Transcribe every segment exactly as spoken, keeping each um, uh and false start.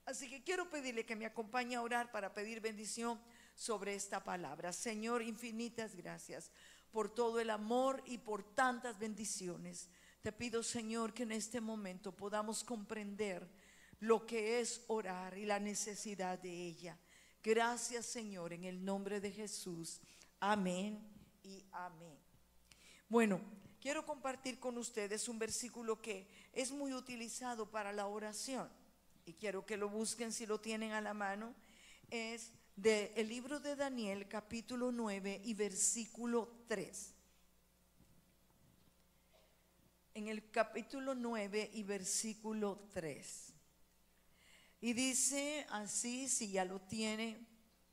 Así que quiero pedirle que me acompañe a orar para pedir bendición sobre esta palabra. Señor, infinitas gracias por todo el amor y por tantas bendiciones. Te pido, Señor, que en este momento podamos comprender lo que es orar y la necesidad de ella. Gracias, Señor, en el nombre de Jesús. Amén y amén. Bueno, quiero compartir con ustedes un versículo que es muy utilizado para la oración y quiero que lo busquen si lo tienen a la mano. Es del libro de Daniel, capítulo nueve y versículo tres. En el capítulo nueve y versículo tres. Y dice así, si ya lo tiene: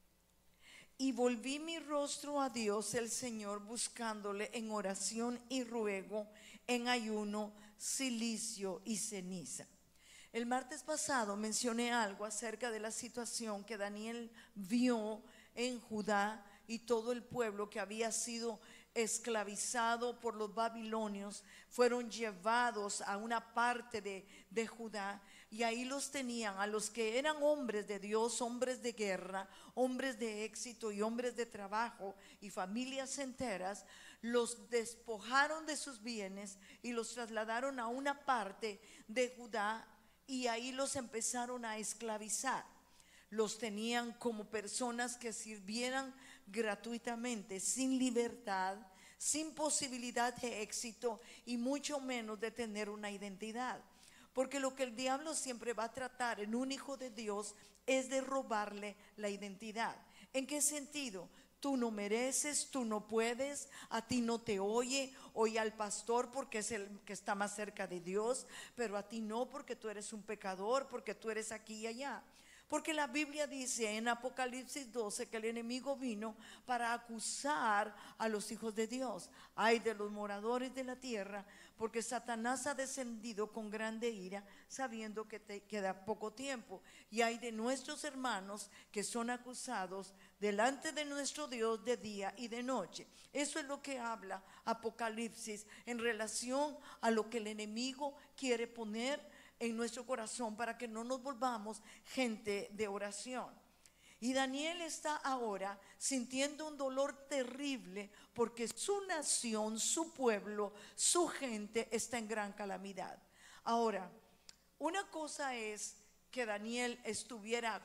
y volví mi rostro a Dios el Señor, buscándole en oración y ruego, en ayuno, cilicio y ceniza. El martes pasado mencioné algo acerca de la situación que Daniel vio en Judá y todo el pueblo que había sido esclavizado por los babilonios. Fueron llevados a una parte de, de Judá, y ahí los tenían a los que eran hombres de Dios, hombres de guerra, hombres de éxito y hombres de trabajo, y familias enteras. Los despojaron de sus bienes y los trasladaron a una parte de Judá, y ahí los empezaron a esclavizar. Los tenían como personas que sirvieran gratuitamente, sin libertad, sin posibilidad de éxito y mucho menos de tener una identidad. Porque lo que el diablo siempre va a tratar en un hijo de Dios es de robarle la identidad. ¿En qué sentido? Tú no mereces, tú no puedes, a ti no te oye, oye al pastor porque es el que está más cerca de Dios, pero a ti no, porque tú eres un pecador, porque tú eres aquí y allá. Porque la Biblia dice en Apocalipsis doce que el enemigo vino para acusar a los hijos de Dios. Ay de los moradores de la tierra, porque Satanás ha descendido con grande ira, sabiendo que te queda poco tiempo. Y hay de nuestros hermanos que son acusados delante de nuestro Dios de día y de noche. Eso es lo que habla Apocalipsis en relación a lo que el enemigo quiere poner en nuestro corazón para que no nos volvamos gente de oración. Y Daniel está ahora sintiendo un dolor terrible porque su nación, su pueblo, su gente está en gran calamidad. Ahora, una cosa es que Daniel estuviera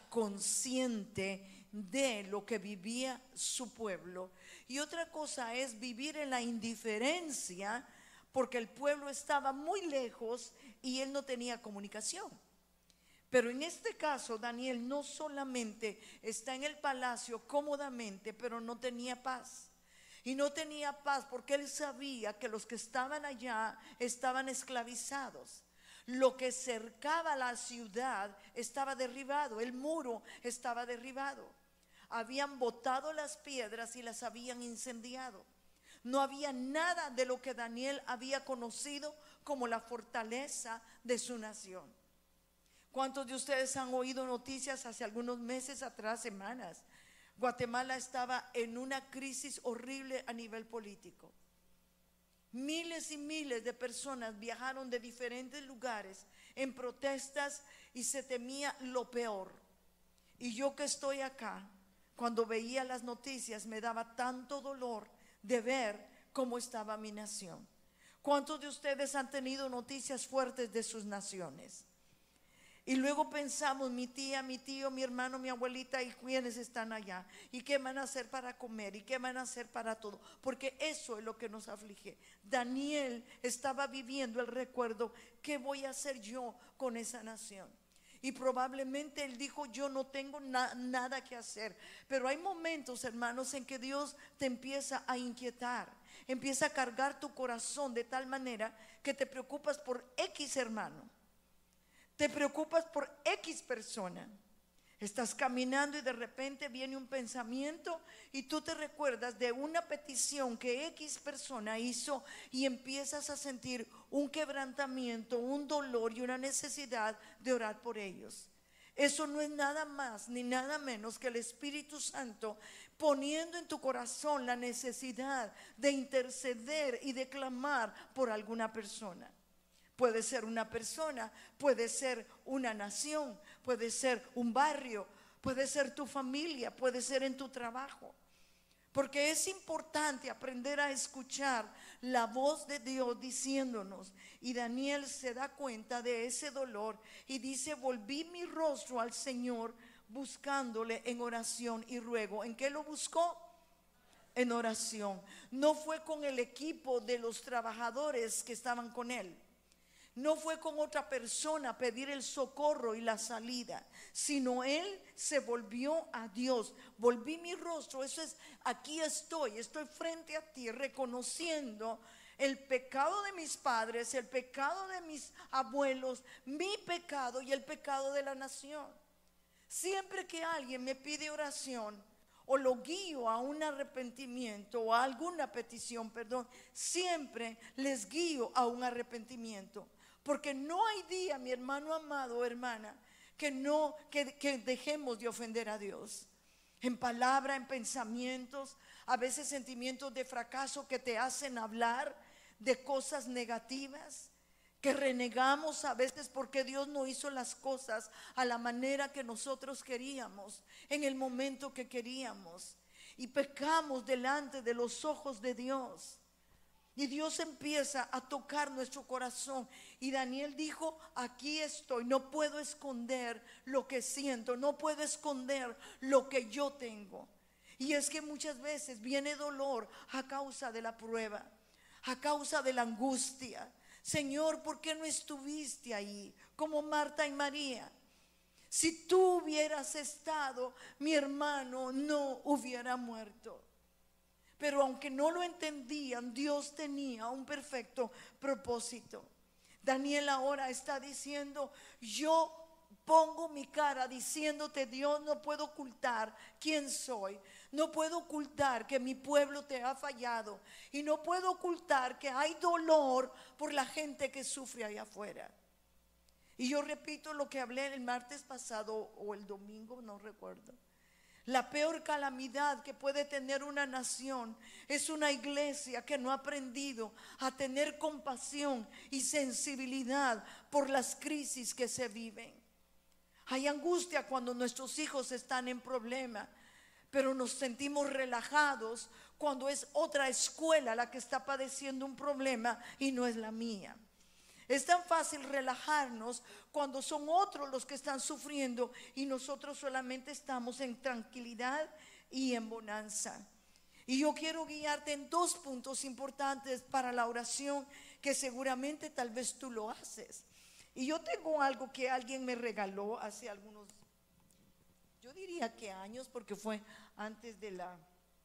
consciente de lo que vivía su pueblo, y otra cosa es vivir en la indiferencia porque el pueblo estaba muy lejos y él no tenía comunicación. Pero en este caso Daniel no solamente está en el palacio cómodamente, pero no tenía paz. Y no tenía paz porque él sabía que los que estaban allá estaban esclavizados. Lo que cercaba la ciudad estaba derribado, el muro estaba derribado. Habían botado las piedras y las habían incendiado. No había nada de lo que Daniel había conocido como la fortaleza de su nación. ¿Cuántos de ustedes han oído noticias hace algunos meses atrás, semanas? Guatemala estaba en una crisis horrible a nivel político. Miles y miles de personas viajaron de diferentes lugares en protestas y se temía lo peor. Y yo que estoy acá, cuando veía las noticias me daba tanto dolor de ver cómo estaba mi nación. ¿Cuántos de ustedes han tenido noticias fuertes de sus naciones? Y luego pensamos, mi tía, mi tío, mi hermano, mi abuelita, y quienes están allá, y qué van a hacer para comer, y qué van a hacer para todo, porque eso es lo que nos aflige. Daniel estaba viviendo el recuerdo, ¿qué voy a hacer yo con esa nación? Y probablemente él dijo, yo no tengo na nada que hacer. Pero hay momentos, hermanos, en que Dios te empieza a inquietar, empieza a cargar tu corazón de tal manera que te preocupas por X hermano, te preocupas por X persona. Estás caminando y de repente viene un pensamiento y tú te recuerdas de una petición que X persona hizo y empiezas a sentir un quebrantamiento, un dolor y una necesidad de orar por ellos. Eso no es nada más ni nada menos que el Espíritu Santo poniendo en tu corazón la necesidad de interceder y de clamar por alguna persona. Puede ser una persona, puede ser una nación, puede ser un barrio, puede ser tu familia, puede ser en tu trabajo. Porque es importante aprender a escuchar la voz de Dios diciéndonos. Y Daniel se da cuenta de ese dolor y dice: volví mi rostro al Señor buscándole en oración y ruego. ¿En qué lo buscó? En oración. No fue con el equipo de los trabajadores que estaban con él. No fue con otra persona a pedir el socorro y la salida, sino él se volvió a Dios. Volví mi rostro, eso es, aquí estoy, estoy frente a ti, reconociendo el pecado de mis padres, el pecado de mis abuelos, mi pecado y el pecado de la nación. Siempre que alguien me pide oración o lo guío a un arrepentimiento o a alguna petición, perdón, siempre les guío a un arrepentimiento. Porque no hay día, mi hermano amado o hermana, que no que, que dejemos de ofender a Dios. En palabra, en pensamientos, a veces sentimientos de fracaso que te hacen hablar de cosas negativas, que renegamos a veces porque Dios no hizo las cosas a la manera que nosotros queríamos, en el momento que queríamos, y pecamos delante de los ojos de Dios. Y Dios empieza a tocar nuestro corazón. Y Daniel dijo: aquí estoy, no puedo esconder lo que siento, no puedo esconder lo que yo tengo. Y es que muchas veces viene dolor a causa de la prueba, a causa de la angustia. Señor, ¿por qué no estuviste ahí? Como Marta y María. Si tú hubieras estado, mi hermano no hubiera muerto. Pero aunque no lo entendían, Dios tenía un perfecto propósito. Daniel ahora está diciendo: yo pongo mi cara diciéndote, Dios, no puedo ocultar quién soy. No puedo ocultar que mi pueblo te ha fallado. Y no puedo ocultar que hay dolor por la gente que sufre allá afuera. Y yo repito lo que hablé el martes pasado o el domingo, no recuerdo. La peor calamidad que puede tener una nación es una iglesia que no ha aprendido a tener compasión y sensibilidad por las crisis que se viven. Hay angustia cuando nuestros hijos están en problema, pero nos sentimos relajados cuando es otra escuela la que está padeciendo un problema y no es la mía. Es tan fácil relajarnos cuando son otros los que están sufriendo y nosotros solamente estamos en tranquilidad y en bonanza. Y yo quiero guiarte en dos puntos importantes para la oración, que seguramente tal vez tú lo haces. Y yo tengo algo que alguien me regaló hace algunos, yo diría que años, porque fue antes de la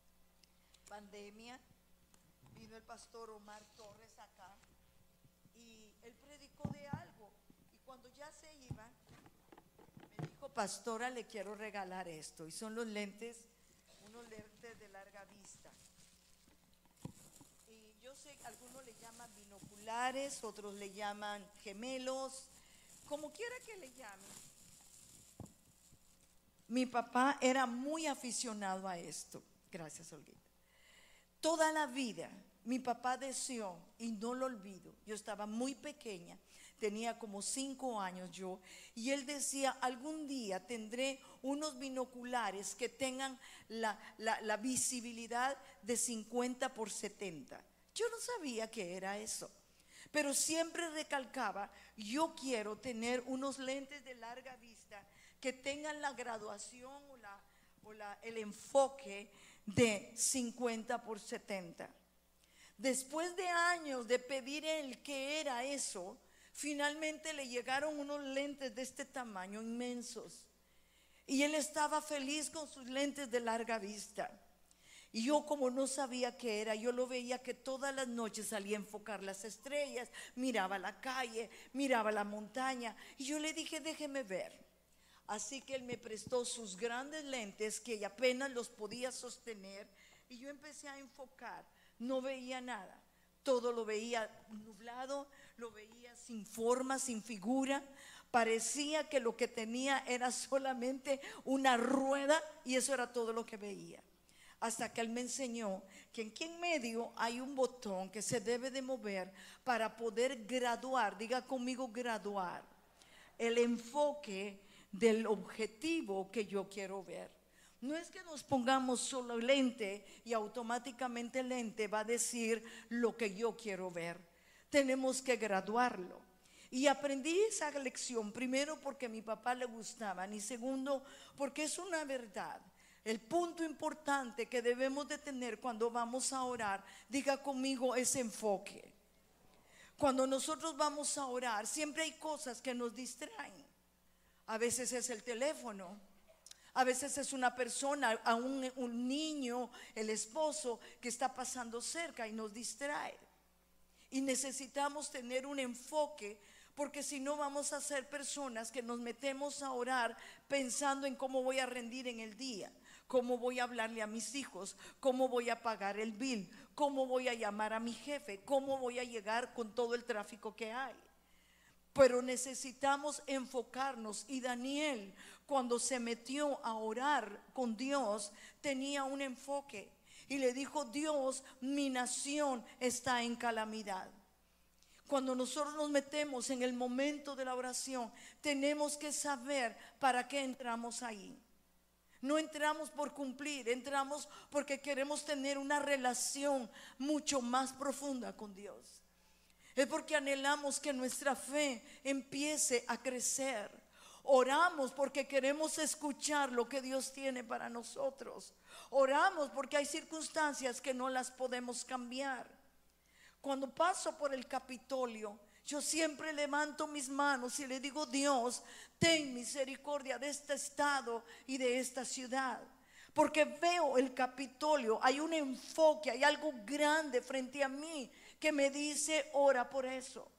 pandemia. Vino el pastor Omar Torres acá y él predicó de algo, y cuando ya se iba me dijo: pastora, le quiero regalar esto. Y son los lentes, unos lentes de larga vista. Y yo sé, algunos le llaman binoculares, otros le llaman gemelos, como quiera que le llamen. Mi papá era muy aficionado a esto. Gracias, Olguita. Toda la vida mi papá deseó, y no lo olvido, yo estaba muy pequeña, tenía como cinco años yo, y él decía: algún día tendré unos binoculares que tengan la, la, la visibilidad de cincuenta por setenta. Yo no sabía qué era eso, pero siempre recalcaba: yo quiero tener unos lentes de larga vista que tengan la graduación o, la, o la, el enfoque de cincuenta por setenta. Después de años de pedir él qué era eso, finalmente le llegaron unos lentes de este tamaño, inmensos. Y él estaba feliz con sus lentes de larga vista. Y yo, como no sabía qué era, yo lo veía que todas las noches salía a enfocar las estrellas, miraba la calle, miraba la montaña. Y yo le dije: déjeme ver. Así que él me prestó sus grandes lentes que apenas los podía sostener, y yo empecé a enfocar. No veía nada, todo lo veía nublado, lo veía sin forma, sin figura. Parecía que lo que tenía era solamente una rueda, y eso era todo lo que veía. hasta que él me enseñó que aquí en medio hay un botón que se debe de mover para poder graduar, diga conmigo graduar, el enfoque del objetivo que yo quiero ver. No es que nos pongamos solo lente y automáticamente el lente va a decir lo que yo quiero ver. Tenemos que graduarlo. Y aprendí esa lección, primero porque a mi papá le gustaban y segundo porque es una verdad. El punto importante que debemos de tener cuando vamos a orar, diga conmigo, es enfoque. Cuando nosotros vamos a orar, siempre hay cosas que nos distraen. A veces es el teléfono, a veces es una persona, a un, un niño, el esposo que está pasando cerca y nos distrae. Y necesitamos tener un enfoque, porque si no vamos a ser personas que nos metemos a orar pensando en cómo voy a rendir en el día, cómo voy a hablarle a mis hijos, cómo voy a pagar el bill, cómo voy a llamar a mi jefe, cómo voy a llegar con todo el tráfico que hay. Pero necesitamos enfocarnos, y Daniel, cuando se metió a orar con Dios, tenía un enfoque y le dijo: Dios, mi nación está en calamidad. Cuando nosotros nos metemos en el momento de la oración, tenemos que saber para qué entramos ahí. No entramos por cumplir, entramos porque queremos tener una relación mucho más profunda con Dios. Es porque anhelamos que nuestra fe empiece a crecer. Oramos porque queremos escuchar lo que Dios tiene para nosotros. Oramos porque hay circunstancias que no las podemos cambiar. Cuando paso por el Capitolio, yo siempre levanto mis manos y le digo: Dios, ten misericordia de este estado y de esta ciudad. Porque veo el Capitolio, hay un enfoque, hay algo grande frente a mí que me dice: ora por eso.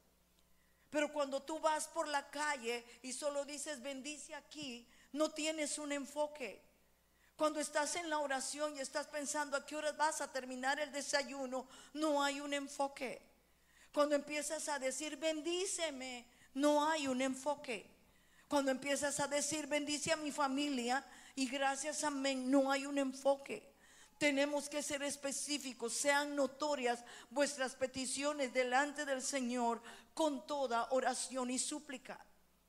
Pero cuando tú vas por la calle y solo dices bendice aquí, no tienes un enfoque. Cuando estás en la oración y estás pensando a qué horas vas a terminar el desayuno, no hay un enfoque. Cuando empiezas a decir bendíceme, no hay un enfoque. Cuando empiezas a decir bendice a mi familia y gracias amén, no hay un enfoque. Tenemos que ser específicos, sean notorias vuestras peticiones delante del Señor con toda oración y súplica.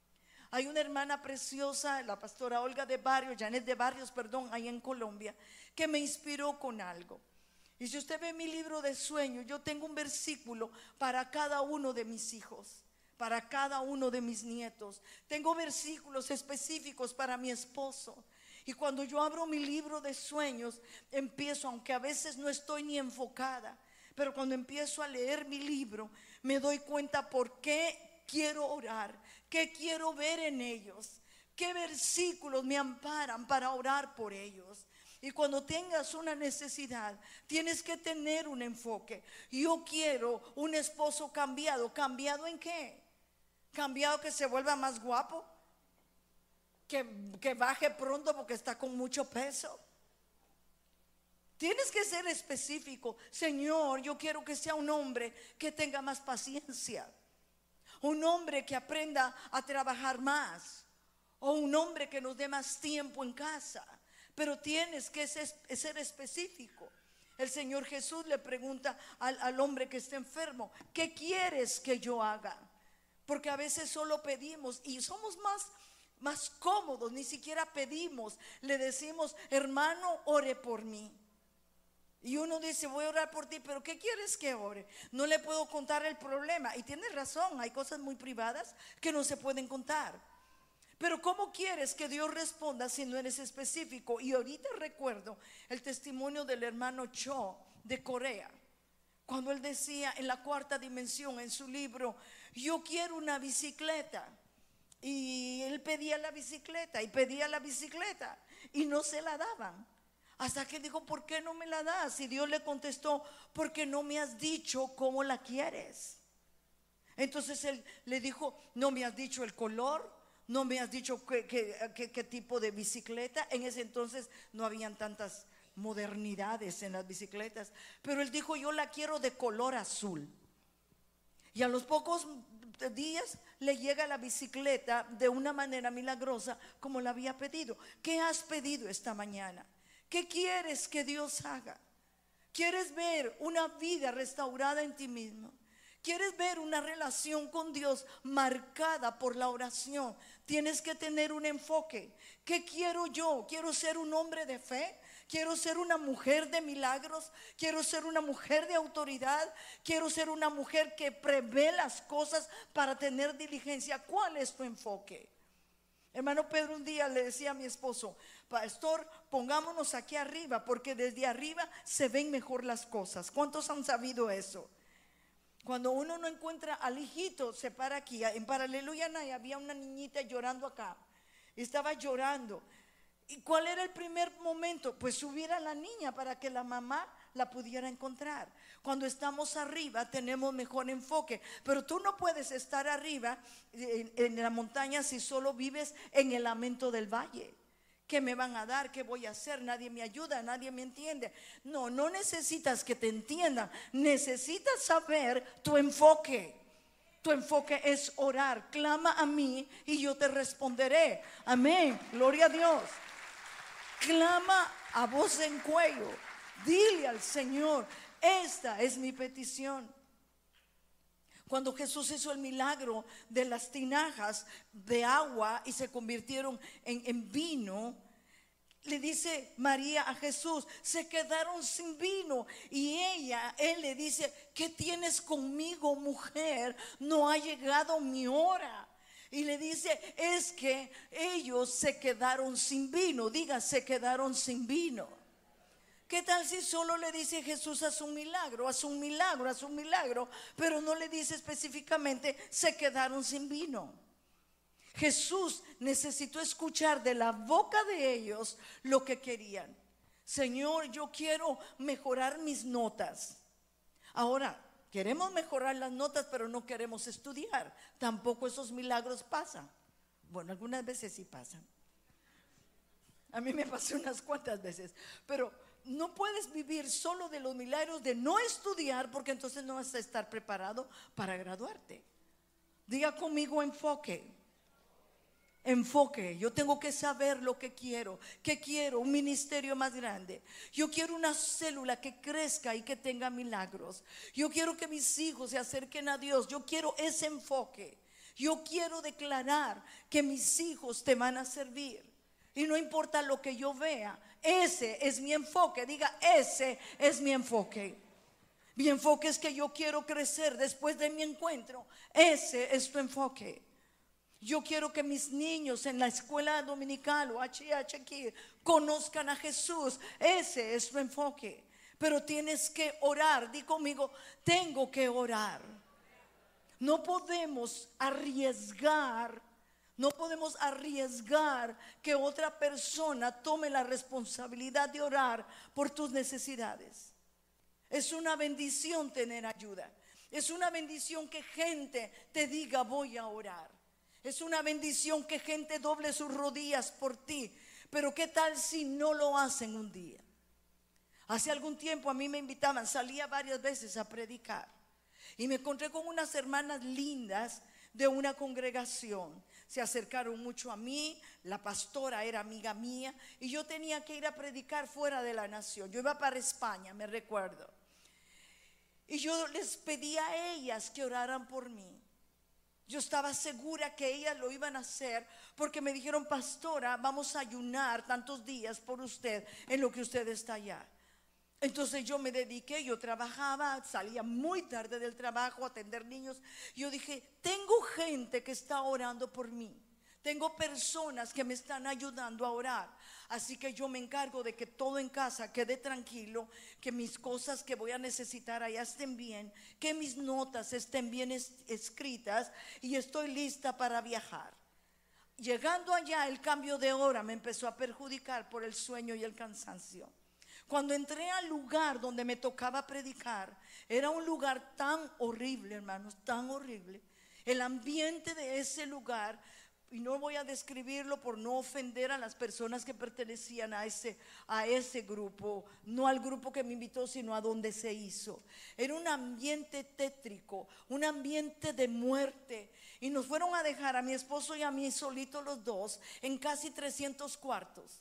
Hay una hermana preciosa, la pastora Olga de Barrios, Janet de Barrios, perdón, ahí en Colombia, que me inspiró con algo. Y si usted ve mi libro de sueños, yo tengo un versículo para cada uno de mis hijos, para cada uno de mis nietos. Tengo versículos específicos para mi esposo. Y cuando yo abro mi libro de sueños, empiezo, aunque a veces no estoy ni enfocada, pero cuando empiezo a leer mi libro, me doy cuenta por qué quiero orar, qué quiero ver en ellos, qué versículos me amparan para orar por ellos. Y cuando tengas una necesidad, tienes que tener un enfoque. Yo quiero un esposo cambiado. ¿Cambiado en qué? ¿Cambiado que se vuelva más guapo? Que, que baje pronto porque está con mucho peso. Tienes que ser específico. Señor, yo quiero que sea un hombre que tenga más paciencia, un hombre que aprenda a trabajar más, o un hombre que nos dé más tiempo en casa. Pero tienes que ser, ser específico. El Señor Jesús le pregunta al, al hombre que está enfermo: ¿qué quieres que yo haga? Porque a veces solo pedimos y somos más más cómodos, ni siquiera pedimos, le decimos: hermano, ore por mí. Y uno dice: voy a orar por ti, pero ¿qué quieres que ore? No le puedo contar el problema. Y tienes razón, hay cosas muy privadas que no se pueden contar. Pero ¿cómo quieres que Dios responda si no eres específico? Y ahorita recuerdo el testimonio del hermano Cho de Corea, cuando él decía en la cuarta dimensión, en su libro: yo quiero una bicicleta. Y él pedía la bicicleta y pedía la bicicleta y no se la daban. Hasta que dijo: ¿por qué no me la das? Y Dios le contestó: porque no me has dicho cómo la quieres. Entonces él le dijo: no me has dicho el color, no me has dicho qué, qué, qué, qué tipo de bicicleta. En ese entonces no habían tantas modernidades en las bicicletas, pero él dijo: yo la quiero de color azul. Y a los pocos días le llega la bicicleta de una manera milagrosa como la había pedido. ¿Qué has pedido esta mañana? ¿Qué quieres que Dios haga? ¿Quieres ver una vida restaurada en ti mismo? ¿Quieres ver una relación con Dios marcada por la oración? Tienes que tener un enfoque. ¿Qué quiero yo? ¿Quiero ser un hombre de fe? ¿Quiero ser una mujer de milagros? ¿Quiero ser una mujer de autoridad? ¿Quiero ser una mujer que prevé las cosas para tener diligencia? ¿Cuál es tu enfoque? Hermano Pedro un día le decía a mi esposo: pastor, pongámonos aquí arriba, porque desde arriba se ven mejor las cosas. ¿Cuántos han sabido eso? Cuando uno no encuentra al hijito, se para aquí. En Paralelo y Anaya había una niñita llorando acá. Estaba llorando. ¿Y cuál era el primer momento? Pues subir a la niña para que la mamá la pudiera encontrar. Cuando estamos arriba tenemos mejor enfoque. Pero tú no puedes estar arriba en, en la montaña si solo vives en el lamento del valle. ¿Qué me van a dar? ¿Qué voy a hacer? Nadie me ayuda, nadie me entiende. No, no necesitas que te entiendan. Necesitas saber tu enfoque. Tu enfoque es orar. Clama a mí y yo te responderé. Amén, gloria a Dios. Clama a voz en cuello. Dile al Señor: esta es mi petición. Cuando Jesús hizo el milagro de las tinajas de agua y se convirtieron en, en vino, le dice María a Jesús: se quedaron sin vino. Y ella, él le dice: ¿qué tienes conmigo, mujer? No ha llegado mi hora. Y le dice: es que ellos se quedaron sin vino. Diga, se quedaron sin vino. ¿Qué tal si solo le dice Jesús a su milagro, a su milagro, a su milagro, pero no le dice específicamente se quedaron sin vino? Jesús necesitó escuchar de la boca de ellos lo que querían. Señor, yo quiero mejorar mis notas. Ahora, queremos mejorar las notas, pero no queremos estudiar. Tampoco esos milagros pasan. Bueno, algunas veces sí pasan. A mí me pasó unas cuantas veces, pero no puedes vivir solo de los milagros de no estudiar, porque entonces no vas a estar preparado para graduarte. Diga conmigo: enfoque. Enfoque. Yo tengo que saber lo que quiero. ¿Qué quiero? Un ministerio más grande. Yo quiero una célula que crezca y que tenga milagros. Yo quiero que mis hijos se acerquen a Dios. Yo quiero ese enfoque. Yo quiero declarar que mis hijos te van a servir. Y no importa lo que yo vea, ese es mi enfoque. Diga: ese es mi enfoque. Mi enfoque es que yo quiero crecer después de mi encuentro. Ese es tu enfoque. Yo quiero que mis niños en la escuela dominical o H H aquí conozcan a Jesús. Ese es tu enfoque. Pero tienes que orar. Di conmigo: tengo que orar. No podemos arriesgar. No podemos arriesgar que otra persona tome la responsabilidad de orar por tus necesidades. Es una bendición tener ayuda. Es una bendición que gente te diga: voy a orar. Es una bendición que gente doble sus rodillas por ti. Pero ¿qué tal si no lo hacen un día? Hace algún tiempo a mí me invitaban, salía varias veces a predicar, y me encontré con unas hermanas lindas de una congregación. Se acercaron mucho a mí. La pastora era amiga mía y yo tenía que ir a predicar fuera de la nación. Yo iba para España, me recuerdo. Y yo les pedí a ellas que oraran por mí. Yo estaba segura que ellas lo iban a hacer, porque me dijeron: pastora, vamos a ayunar tantos días por usted en lo que usted está allá. Entonces yo me dediqué, yo trabajaba, salía muy tarde del trabajo a atender niños. Yo dije: tengo gente que está orando por mí. Tengo personas que me están ayudando a orar. Así que yo me encargo de que todo en casa quede tranquilo, que mis cosas que voy a necesitar allá estén bien, que mis notas estén bien es- escritas, y estoy lista para viajar. Llegando allá, el cambio de hora me empezó a perjudicar por el sueño y el cansancio. Cuando entré al lugar donde me tocaba predicar, era un lugar tan horrible, hermanos, tan horrible. El ambiente de ese lugar, y no voy a describirlo por no ofender a las personas que pertenecían a ese, a ese grupo, no al grupo que me invitó, sino a donde se hizo. Era un ambiente tétrico, un ambiente de muerte. Y nos fueron a dejar a mi esposo y a mí solitos los dos en casi trescientos cuartos.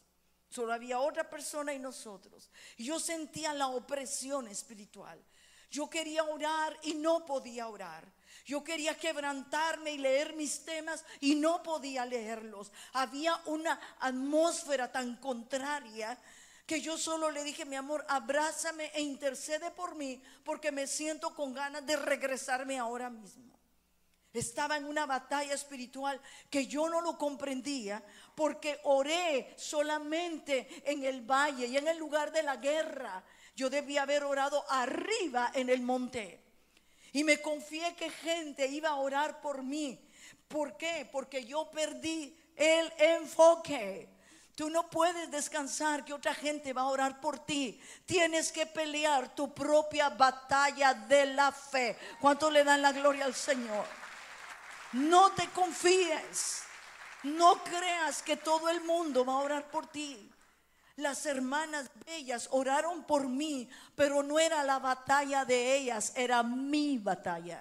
Solo había otra persona y nosotros. Y yo sentía la opresión espiritual. Yo quería orar y no podía orar. Yo quería quebrantarme y leer mis temas y no podía leerlos. Había una atmósfera tan contraria que yo solo le dije: mi amor, abrázame e intercede por mí, porque me siento con ganas de regresarme ahora mismo. Estaba en una batalla espiritual que yo no lo comprendía, porque oré solamente en el valle y en el lugar de la guerra. Yo debía haber orado arriba en el monte. Y me confié que gente iba a orar por mí. ¿Por qué? Porque yo perdí el enfoque. Tú no puedes descansar que otra gente va a orar por ti. Tienes que pelear tu propia batalla de la fe. ¿Cuánto le dan la gloria al Señor? No te confíes. No creas que todo el mundo va a orar por ti. Las hermanas bellas oraron por mí, pero no era la batalla de ellas, era mi batalla.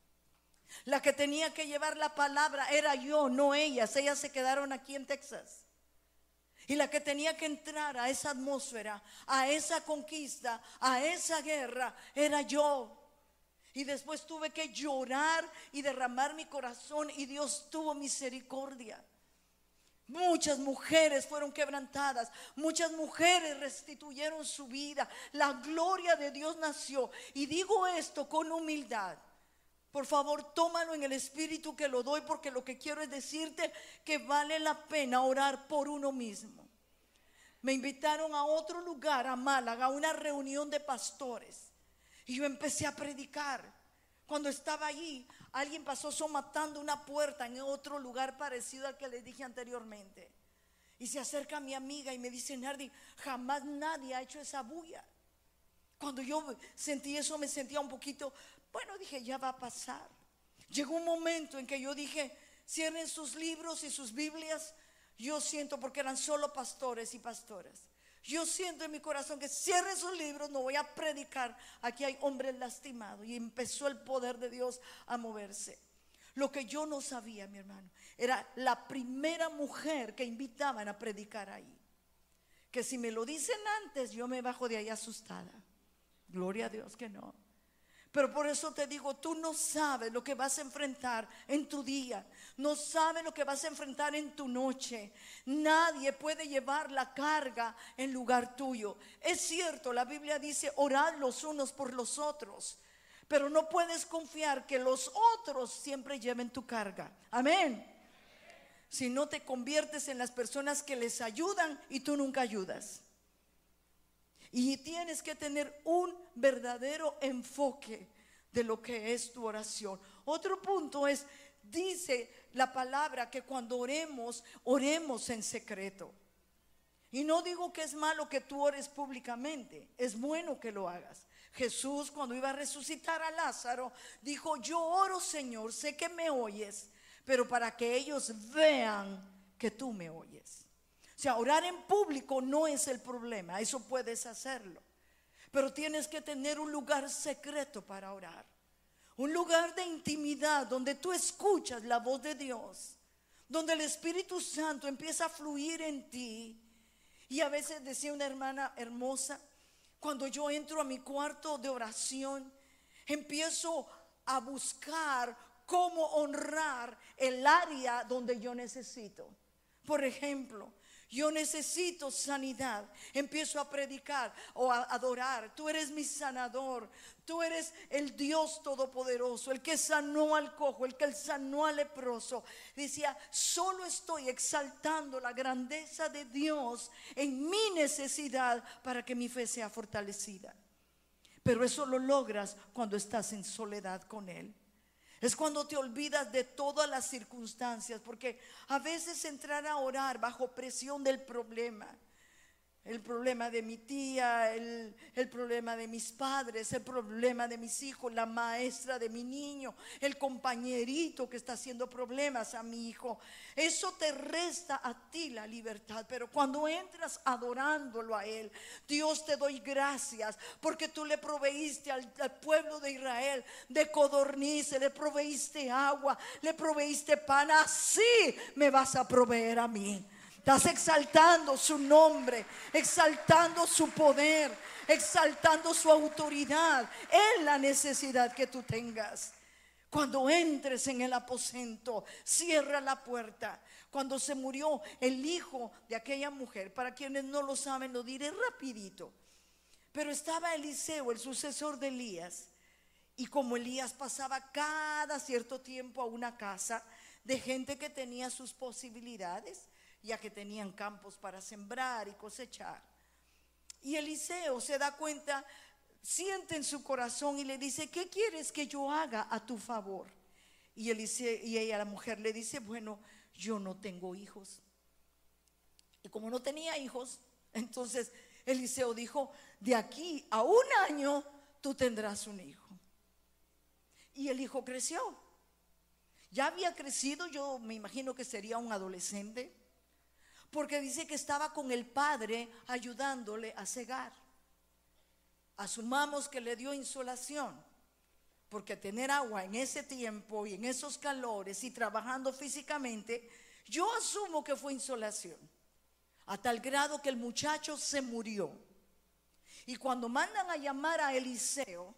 La que tenía que llevar la palabra era yo, no ellas. Ellas se quedaron aquí en Texas. Y la que tenía que entrar a esa atmósfera, a esa conquista, a esa guerra, era yo. Y después tuve que llorar y derramar mi corazón, y Dios tuvo misericordia. Muchas mujeres fueron quebrantadas, muchas mujeres restituyeron su vida. La gloria de Dios nació. Y digo esto con humildad. Por favor, tómalo en el espíritu que lo doy, porque lo que quiero es decirte que vale la pena orar por uno mismo. Me invitaron a otro lugar, a Málaga, a una reunión de pastores, y yo empecé a predicar. Cuando estaba allí, alguien pasó somatando una puerta en otro lugar parecido al que les dije anteriormente. Y se acerca mi amiga y me dice: Nardi, jamás nadie ha hecho esa bulla. Cuando yo sentí eso, me sentía un poquito, bueno, dije, ya va a pasar. Llegó un momento en que yo dije: cierren sus libros y sus Biblias. Yo siento, porque eran solo pastores y pastoras, yo siento en mi corazón que cierren sus libros, no voy a predicar, aquí hay hombres lastimados. Y empezó el poder de Dios a moverse. Lo que yo no sabía, mi hermano, era la primera mujer que invitaban a predicar ahí, que si me lo dicen antes, yo me bajo de ahí asustada. Gloria a Dios que no. Pero por eso te digo, tú no sabes lo que vas a enfrentar en tu día. No sabes lo que vas a enfrentar en tu noche. Nadie puede llevar la carga en lugar tuyo. Es cierto, la Biblia dice: orad los unos por los otros. Pero no puedes confiar que los otros siempre lleven tu carga. Amén. Si no, te conviertes en las personas que les ayudan y tú nunca ayudas. Y tienes que tener un verdadero enfoque de lo que es tu oración. Otro punto es, dice la palabra que cuando oremos, oremos en secreto. Y no digo que es malo que tú ores públicamente, es bueno que lo hagas. Jesús, cuando iba a resucitar a Lázaro, dijo: yo oro, Señor, sé que me oyes, pero para que ellos vean que tú me oyes. O sea, orar en público no es el problema, eso puedes hacerlo. Pero tienes que tener un lugar secreto para orar. Un lugar de intimidad donde tú escuchas la voz de Dios, donde el Espíritu Santo empieza a fluir en ti. Y a veces, decía una hermana hermosa, cuando yo entro a mi cuarto de oración, empiezo a buscar cómo honrar el área donde yo necesito. Por ejemplo, yo necesito sanidad, empiezo a predicar o a adorar: tú eres mi sanador, tú eres el Dios todopoderoso, el que sanó al cojo, el que sanó al leproso. Decía: solo estoy exaltando la grandeza de Dios en mi necesidad para que mi fe sea fortalecida. Pero eso lo logras cuando estás en soledad con Él. Es cuando te olvidas de todas las circunstancias, porque a veces entrar a orar bajo presión del problema, el problema de mi tía, el, el problema de mis padres, el problema de mis hijos, la maestra de mi niño, el compañerito que está haciendo problemas a mi hijo, eso te resta a ti la libertad. Pero cuando entras adorándolo a Él: Dios, te doy gracias porque tú le proveíste al, al pueblo de Israel de codornices, le proveíste agua, le proveíste pan, así me vas a proveer a mí. Estás exaltando su nombre, exaltando su poder, exaltando su autoridad en la necesidad que tú tengas. Cuando entres en el aposento, cierra la puerta. Cuando se murió el hijo de aquella mujer, para quienes no lo saben, lo diré rapidito, pero estaba Eliseo, el sucesor de Elías, y como Elías pasaba cada cierto tiempo a una casa de gente que tenía sus posibilidades, ya que tenían campos para sembrar y cosechar, y Eliseo se da cuenta, siente en su corazón y le dice: ¿qué quieres que yo haga a tu favor? Y Eliseo, y ella, la mujer, le dice: bueno, yo no tengo hijos. Y como no tenía hijos, entonces Eliseo dijo: de aquí a un año tú tendrás un hijo. Y el hijo creció. Ya había crecido, yo me imagino que sería un adolescente, porque dice que estaba con el padre ayudándole a segar. Asumamos que le dio insolación, porque tener agua en ese tiempo y en esos calores y trabajando físicamente, yo asumo que fue insolación, a tal grado que el muchacho se murió. Y cuando mandan a llamar a Eliseo,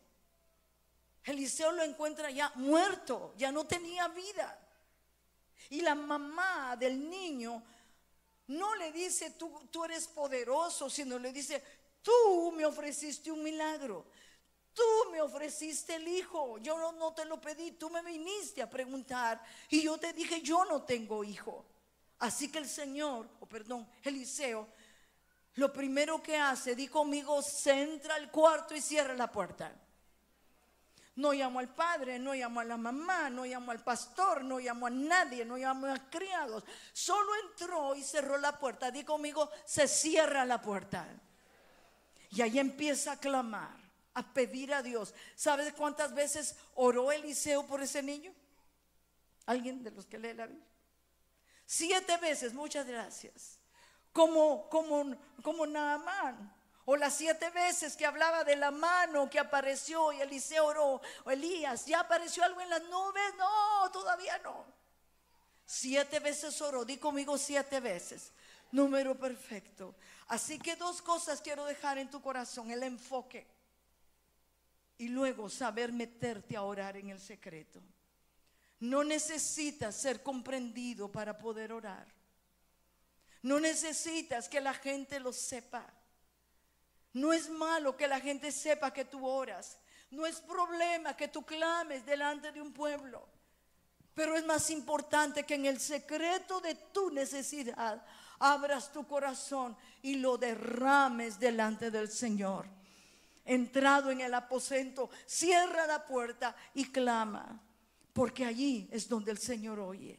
Eliseo lo encuentra ya muerto, ya no tenía vida. Y la mamá del niño no le dice: tú, tú eres poderoso, sino le dice: tú me ofreciste un milagro, tú me ofreciste el hijo, yo no, no te lo pedí, tú me viniste a preguntar y yo te dije: yo no tengo hijo. Así que el Señor, o perdón, Eliseo, lo primero que hace, di conmigo, se entra al cuarto y cierra la puerta. No llamó al padre, no llamó a la mamá, no llamó al pastor, no llamó a nadie, no llamó a criados. Solo entró y cerró la puerta. Di conmigo, se cierra la puerta. Y ahí empieza a clamar, a pedir a Dios. ¿Sabes cuántas veces oró Eliseo por ese niño? ¿Alguien de los que lee la Biblia? Siete veces, muchas gracias. Como, como, como Naamán. O las siete veces que hablaba de la mano que apareció y Eliseo oró. O Elías, ¿ya apareció algo en las nubes? No, todavía no. Siete veces oró, di conmigo, siete veces. Número perfecto. Así que dos cosas quiero dejar en tu corazón: el enfoque y luego saber meterte a orar en el secreto. No necesitas ser comprendido para poder orar. No necesitas que la gente lo sepa. No es malo que la gente sepa que tú oras. No es problema que tú clames delante de un pueblo. Pero es más importante que en el secreto de tu necesidad abras tu corazón y lo derrames delante del Señor. Entrado en el aposento, cierra la puerta y clama, porque allí es donde el Señor oye.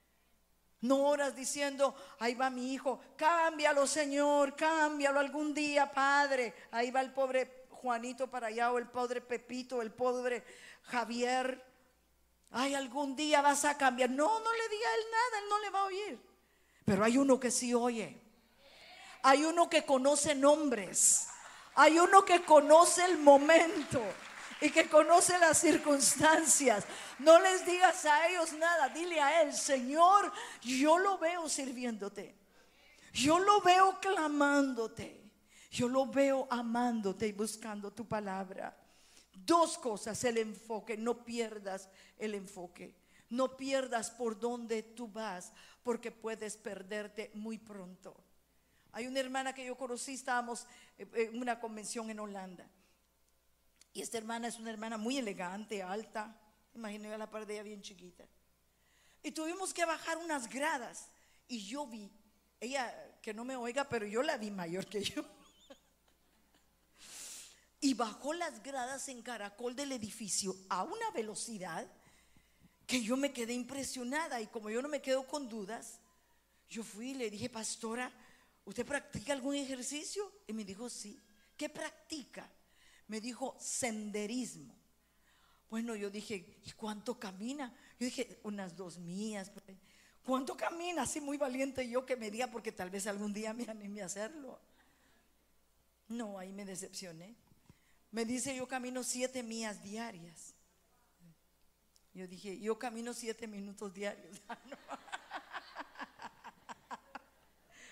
No oras diciendo: ahí va mi hijo, cámbialo, Señor, cámbialo algún día, Padre. Ahí va el pobre Juanito para allá, o el pobre Pepito, el pobre Javier. Ay, algún día vas a cambiar. No, no le diga a él nada, él no le va a oír. Pero hay uno que sí oye. Hay uno que conoce nombres. Hay uno que conoce el momento y que conoce las circunstancias. No les digas a ellos nada, dile a él: Señor, yo lo veo sirviéndote, yo lo veo clamándote, yo lo veo amándote y buscando tu palabra. Dos cosas: el enfoque. No pierdas el enfoque. No pierdas por dónde tú vas, porque puedes perderte muy pronto. Hay una hermana que yo conocí, estábamos en una convención en Holanda, y esta hermana es una hermana muy elegante, alta. Imagino yo la par de ella bien chiquita. Y tuvimos que bajar unas gradas. Y yo vi, ella, que no me oiga, pero yo la vi mayor que yo. Y bajó las gradas en caracol del edificio a una velocidad que yo me quedé impresionada. Y como yo no me quedo con dudas, yo fui y le dije: pastora, ¿usted practica algún ejercicio? Y me dijo: sí. ¿Qué practica? Me dijo: senderismo. Bueno, yo dije: ¿y cuánto camina? Yo dije: unas dos millas. ¿Cuánto camina? Así muy valiente yo que me diga, porque tal vez algún día me anime a hacerlo. No, ahí me decepcioné. Me dice: yo camino siete millas diarias. Yo dije: yo camino siete minutos diarios.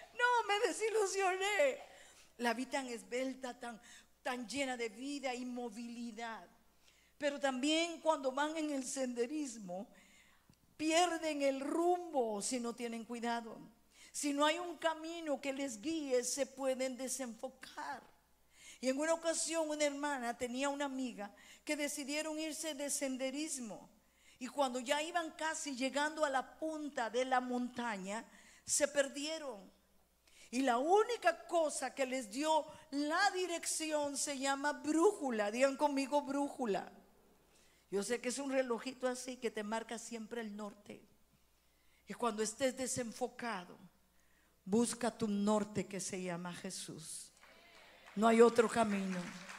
me desilusioné. La vi tan esbelta, tan, tan llena de vida y movilidad. Pero también cuando van en el senderismo, pierden el rumbo si no tienen cuidado. Si no hay un camino que les guíe, se pueden desenfocar. Y en una ocasión una hermana tenía una amiga que decidieron irse de senderismo. Y cuando ya iban casi llegando a la punta de la montaña, se perdieron. Y la única cosa que les dio la dirección se llama brújula. Digan conmigo, brújula. Yo sé que es un relojito así que te marca siempre el norte. Y cuando estés desenfocado, busca tu norte que se llama Jesús. No hay otro camino.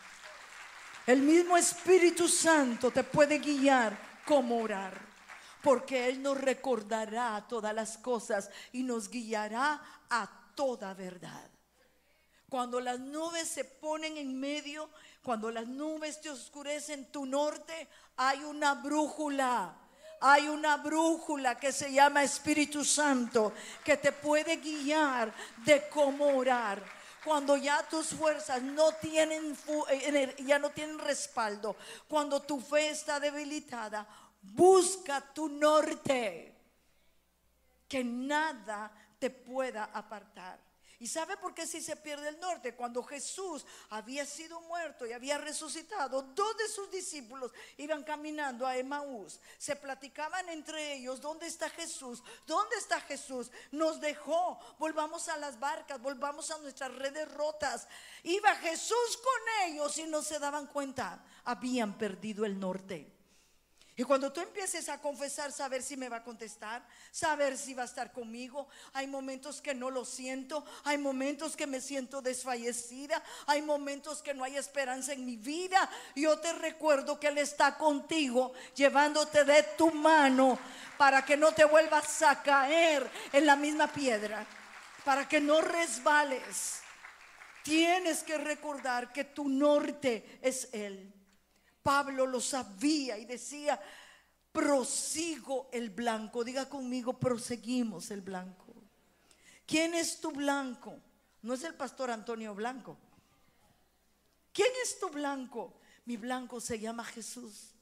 El mismo Espíritu Santo te puede guiar cómo orar, porque Él nos recordará todas las cosas y nos guiará a toda verdad. Cuando las nubes se ponen en medio, cuando las nubes te oscurecen tu norte, hay una brújula. Hay una brújula que se llama Espíritu Santo, que te puede guiar de cómo orar. Cuando ya tus fuerzas no tienen, ya no tienen respaldo, cuando tu fe está debilitada, busca tu norte, que nada te pueda apartar. ¿Y sabe por qué si se pierde el norte? Cuando Jesús había sido muerto y había resucitado, dos de sus discípulos iban caminando a Emaús. Se platicaban entre ellos: ¿dónde está Jesús? ¿Dónde está Jesús? Nos dejó, volvamos a las barcas, volvamos a nuestras redes rotas. Iba Jesús con ellos y no se daban cuenta, habían perdido el norte. Y cuando tú empieces a confesar, saber si me va a contestar, saber si va a estar conmigo. Hay momentos que no lo siento, hay momentos que me siento desfallecida, hay momentos que no hay esperanza en mi vida. Yo te recuerdo que Él está contigo, llevándote de tu mano para que no te vuelvas a caer en la misma piedra, para que no resbales. Tienes que recordar que tu norte es Él. Pablo lo sabía y decía: prosigo el blanco. Diga conmigo: proseguimos el blanco. ¿Quién es tu blanco? No es el pastor Antonio Blanco. ¿Quién es tu blanco? Mi blanco se llama Jesús.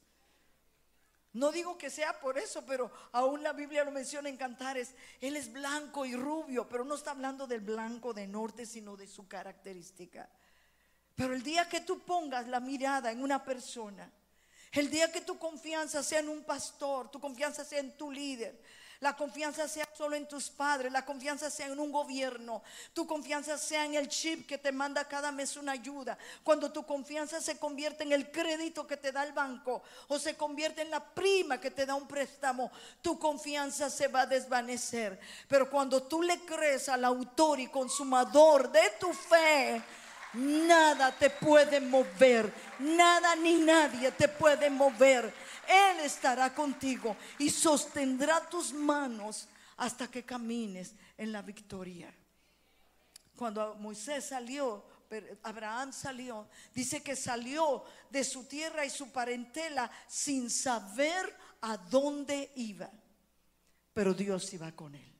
No digo que sea por eso, pero aún la Biblia lo menciona en Cantares. Él es blanco y rubio, pero no está hablando del blanco de norte, sino de su característica. Pero el día que tú pongas la mirada en una persona, el día que tu confianza sea en un pastor, tu confianza sea en tu líder, la confianza sea solo en tus padres, la confianza sea en un gobierno, tu confianza sea en el chip que te manda cada mes una ayuda, cuando tu confianza se convierte en el crédito que te da el banco o se convierte en la prima que te da un préstamo, tu confianza se va a desvanecer. Pero cuando tú le crees al autor y consumador de tu fe, nada te puede mover, nada ni nadie te puede mover. Él estará contigo y sostendrá tus manos hasta que camines en la victoria. Cuando Moisés salió, Abraham salió, dice que salió de su tierra y su parentela sin saber a dónde iba, pero Dios iba con él.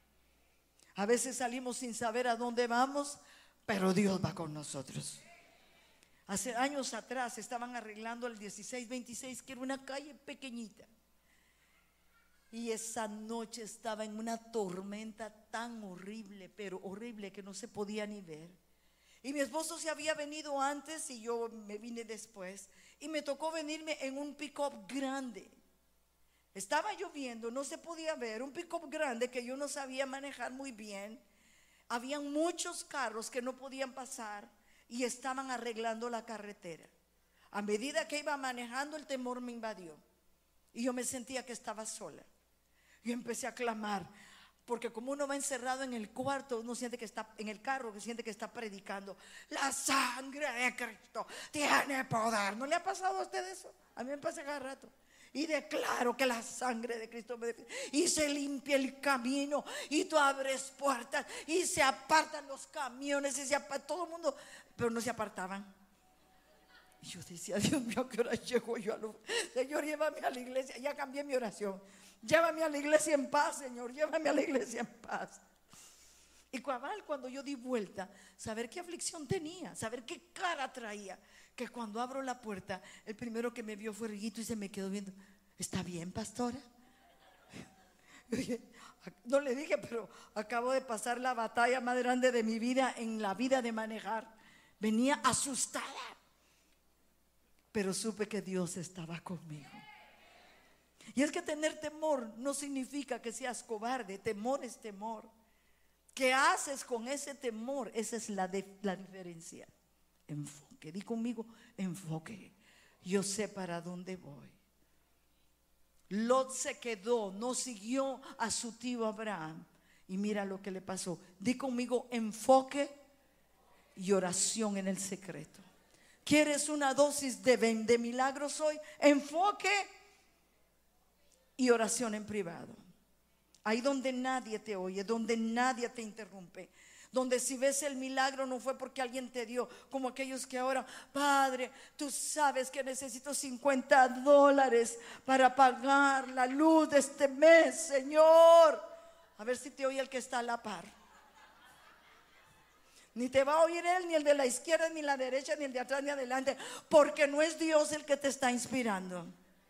A veces salimos sin saber a dónde vamos, pero Dios va con nosotros. Hace años atrás estaban arreglando el dieciséis veintiséis, que era una calle pequeñita. Y esa noche estaba en una tormenta tan horrible, pero horrible, que no se podía ni ver. Y mi esposo se había venido antes y yo me vine después. Y me tocó venirme en un pick-up grande. Estaba lloviendo, no se podía ver, un pick-up grande que yo no sabía manejar muy bien. Habían muchos carros que no podían pasar y estaban arreglando la carretera. A medida que iba manejando, el temor me invadió y yo me sentía que estaba sola. Yo empecé a clamar, porque como uno va encerrado en el cuarto, uno siente que está en el carro, que siente que está predicando: la sangre de Cristo tiene poder. ¿No le ha pasado a usted eso? A mí me pasa cada rato. Y declaro que la sangre de Cristo me defiende. Y se limpia el camino y tú abres puertas y se apartan los camiones y se aparta todo el mundo, pero no se apartaban. Y yo decía: Dios mío, ¿a qué hora llego yo a lo... Señor, llévame a la iglesia. Ya cambié mi oración: llévame a la iglesia en paz, Señor, llévame a la iglesia en paz. Y cabal, cuando yo di vuelta, saber qué aflicción tenía, saber qué cara traía, que cuando abro la puerta, el primero que me vio fue Riguito y se me quedó viendo. ¿Está bien, pastora? No le dije, pero acabo de pasar la batalla más grande de mi vida en la vida de manejar. Venía asustada, pero supe que Dios estaba conmigo. Y es que tener temor no significa que seas cobarde. Temor es temor. ¿Qué haces con ese temor? Esa es la, de, la diferencia. Enfoque, di conmigo, enfoque. Yo sé para dónde voy. Lot se quedó, no siguió a su tío Abraham. Y mira lo que le pasó. Di conmigo, enfoque y oración en el secreto. ¿Quieres una dosis de, de milagros hoy? Enfoque y oración en privado. Ahí donde nadie te oye, donde nadie te interrumpe, donde si ves el milagro no fue porque alguien te dio, como aquellos que ahora, Padre, tú sabes que necesito cincuenta dólares para pagar la luz de este mes, Señor. A ver si te oye el que está a la par. Ni te va a oír él, ni el de la izquierda, ni la derecha, ni el de atrás, ni adelante, porque no es Dios el que te está inspirando.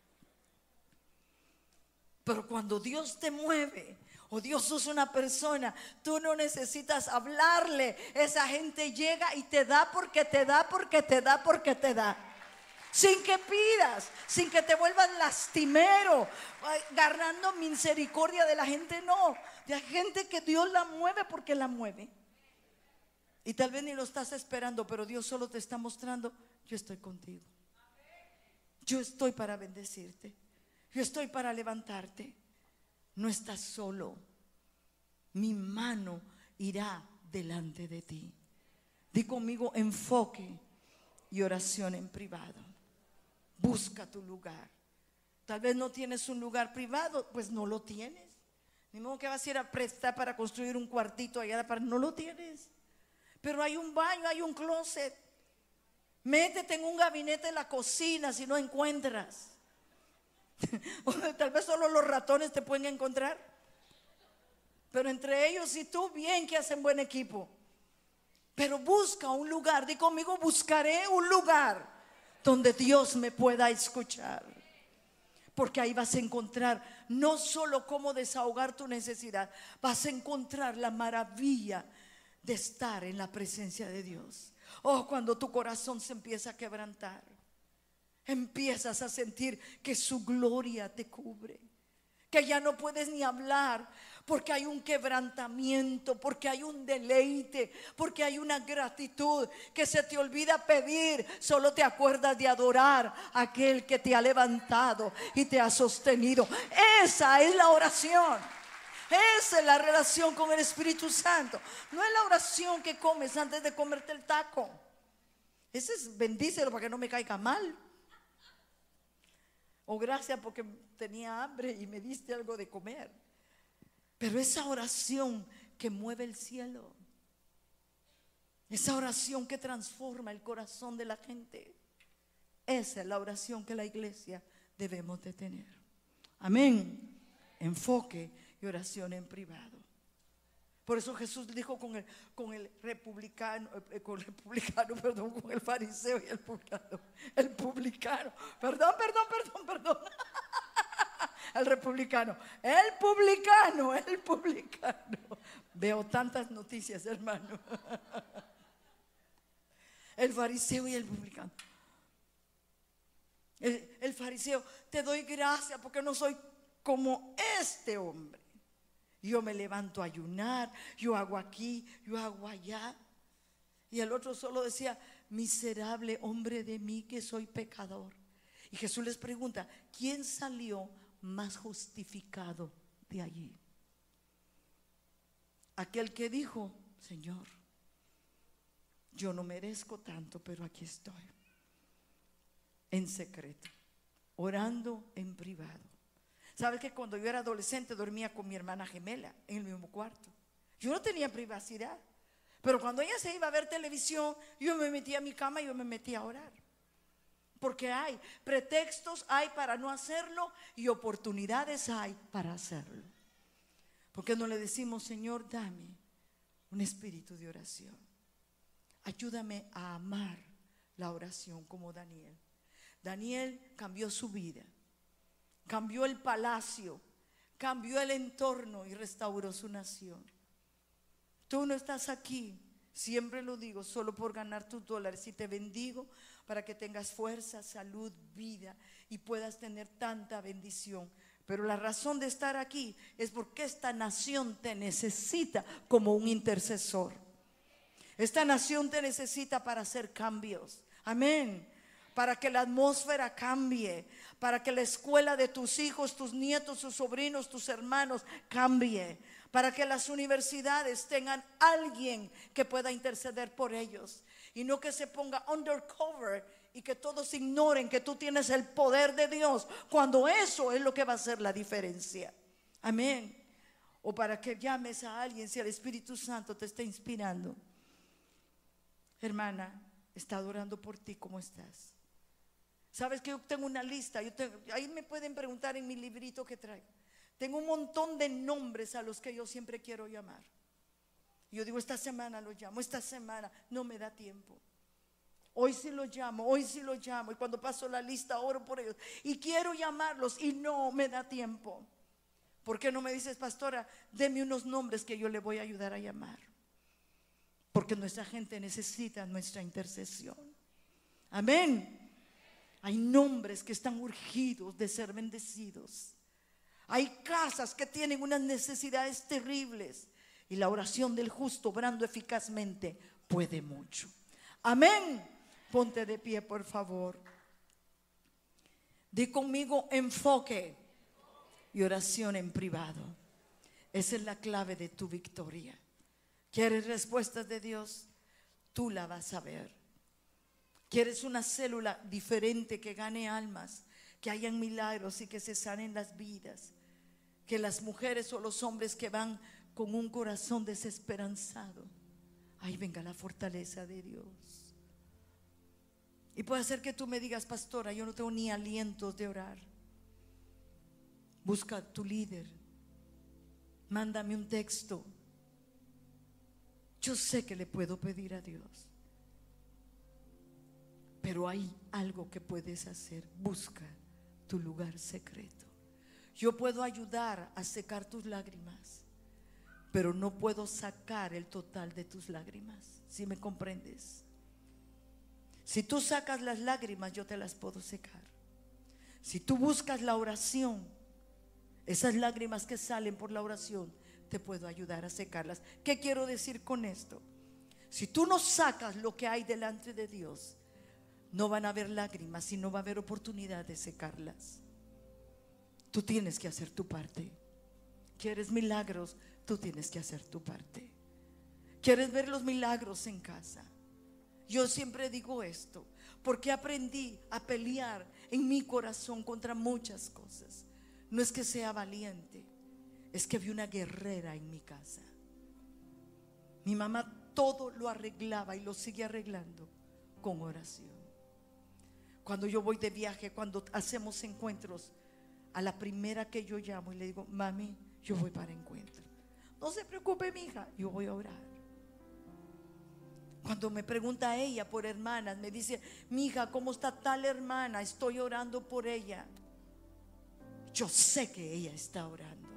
Pero cuando Dios te mueve o Dios usa una persona, tú no necesitas hablarle. Esa gente llega y te da porque te da, porque te da, porque te da. Sin que pidas, sin que te vuelvas lastimero, ganando misericordia de la gente. No, de la gente que Dios la mueve porque la mueve. Y tal vez ni lo estás esperando, pero Dios solo te está mostrando: yo estoy contigo. Yo estoy para bendecirte. Yo estoy para levantarte. No estás solo. Mi mano irá delante de ti. Di conmigo, enfoque y oración en privado. Busca tu lugar. Tal vez no tienes un lugar privado, pues no lo tienes. Ni modo que vas a ir a prestar para construir un cuartito allá, para, no lo tienes. Pero hay un baño, hay un closet. Métete en un gabinete de la cocina si no encuentras. Tal vez solo los ratones te pueden encontrar, pero entre ellos y tú, bien que hacen buen equipo. Pero busca un lugar. Di conmigo, buscaré un lugar donde Dios me pueda escuchar. Porque ahí vas a encontrar no solo cómo desahogar tu necesidad, vas a encontrar la maravilla de estar en la presencia de Dios. Oh, cuando tu corazón se empieza a quebrantar, empiezas a sentir que su gloria te cubre, que ya no puedes ni hablar, porque hay un quebrantamiento, porque hay un deleite, porque hay una gratitud, que se te olvida pedir, solo te acuerdas de adorar a aquel que te ha levantado y te ha sostenido. Esa es la oración. Esa es la relación con el Espíritu Santo. No es la oración que comes antes de comerte el taco. Ese es bendícelo para que no me caiga mal. O gracias porque tenía hambre y me diste algo de comer. Pero esa oración que mueve el cielo, esa oración que transforma el corazón de la gente, esa es la oración que la iglesia debemos de tener. Amén. Enfoque y oración en privado. Por eso Jesús dijo con el, con el republicano, eh, con el republicano, perdón, con el fariseo y el publicano, el publicano, perdón, perdón, perdón, perdón, el republicano, el publicano, el publicano. Veo tantas noticias, hermano. El fariseo y el publicano. El, el fariseo, te doy gracias porque no soy como este hombre. Yo me levanto a ayunar, yo hago aquí, yo hago allá. Y el otro solo decía, miserable hombre de mí que soy pecador. Y Jesús les pregunta, ¿quién salió más justificado de allí? Aquel que dijo, Señor, yo no merezco tanto, pero aquí estoy, en secreto, orando en privado. ¿Sabes que cuando yo era adolescente dormía con mi hermana gemela en el mismo cuarto? Yo no tenía privacidad, pero cuando ella se iba a ver televisión, yo me metía a mi cama y yo me metía a orar. Porque hay pretextos, hay para no hacerlo, y oportunidades hay para hacerlo. ¿Por qué no le decimos, Señor, dame un espíritu de oración. Ayúdame a amar la oración como Daniel. Daniel cambió su vida, cambió el palacio, cambió el entorno y restauró su nación. Tú no estás aquí, siempre lo digo, solo por ganar tus dólares. Y te bendigo para que tengas fuerza, salud, vida y puedas tener tanta bendición. Pero la razón de estar aquí es porque esta nación te necesita como un intercesor. Esta nación te necesita para hacer cambios. Amén. Para que la atmósfera cambie, para que la escuela de tus hijos, tus nietos, tus sobrinos, tus hermanos cambie, para que las universidades tengan alguien que pueda interceder por ellos y no que se ponga undercover y que todos ignoren que tú tienes el poder de Dios, cuando eso es lo que va a hacer la diferencia. Amén. O para que llames a alguien si el Espíritu Santo te está inspirando. Hermana, está orando por ti. ¿Cómo estás? Sabes que yo tengo una lista, yo tengo, ahí me pueden preguntar en mi librito que traigo. Tengo un montón de nombres a los que yo siempre quiero llamar. Yo digo, esta semana lo llamo, esta semana no me da tiempo. Hoy sí lo llamo, hoy sí lo llamo. Y cuando paso la lista oro por ellos. Y quiero llamarlos y no me da tiempo. ¿Por qué no me dices, pastora, deme unos nombres que yo le voy a ayudar a llamar? Porque nuestra gente necesita nuestra intercesión. Amén. Hay nombres que están urgidos de ser bendecidos. Hay casas que tienen unas necesidades terribles. Y la oración del justo, obrando eficazmente, puede mucho. Amén. Ponte de pie, por favor. Di conmigo: enfoque y oración en privado. Esa es la clave de tu victoria. ¿Quieres respuestas de Dios? Tú la vas a ver. ¿Quieres una célula diferente que gane almas, que hayan milagros y que se sanen las vidas? Que las mujeres o los hombres que van con un corazón desesperanzado, ahí venga la fortaleza de Dios. Y puede ser que tú me digas, pastora, yo no tengo ni alientos de orar. Busca a tu líder, mándame un texto. Yo sé que le puedo pedir a Dios, pero hay algo que puedes hacer. Busca tu lugar secreto. Yo puedo ayudar a secar tus lágrimas, pero no puedo sacar el total de tus lágrimas. ¿Sí me comprendes? Si tú sacas las lágrimas, yo te las puedo secar. Si tú buscas la oración, esas lágrimas que salen por la oración, te puedo ayudar a secarlas. ¿Qué quiero decir con esto? Si tú no sacas lo que hay delante de Dios, no van a haber lágrimas y no va a haber oportunidad de secarlas. Tú tienes que hacer tu parte. ¿Quieres milagros? Tú tienes que hacer tu parte. ¿Quieres ver los milagros en casa? Yo siempre digo esto, porque aprendí a pelear en mi corazón contra muchas cosas. No es que sea valiente, es que vi una guerrera en mi casa. Mi mamá todo lo arreglaba y lo sigue arreglando con oración. Cuando yo voy de viaje, cuando hacemos encuentros, a la primera que yo llamo y le digo, mami, yo voy para encuentro. No se preocupe, mija, yo voy a orar. Cuando me pregunta ella por hermanas, me dice, mija, ¿cómo está tal hermana? Estoy orando por ella. Yo sé que ella está orando.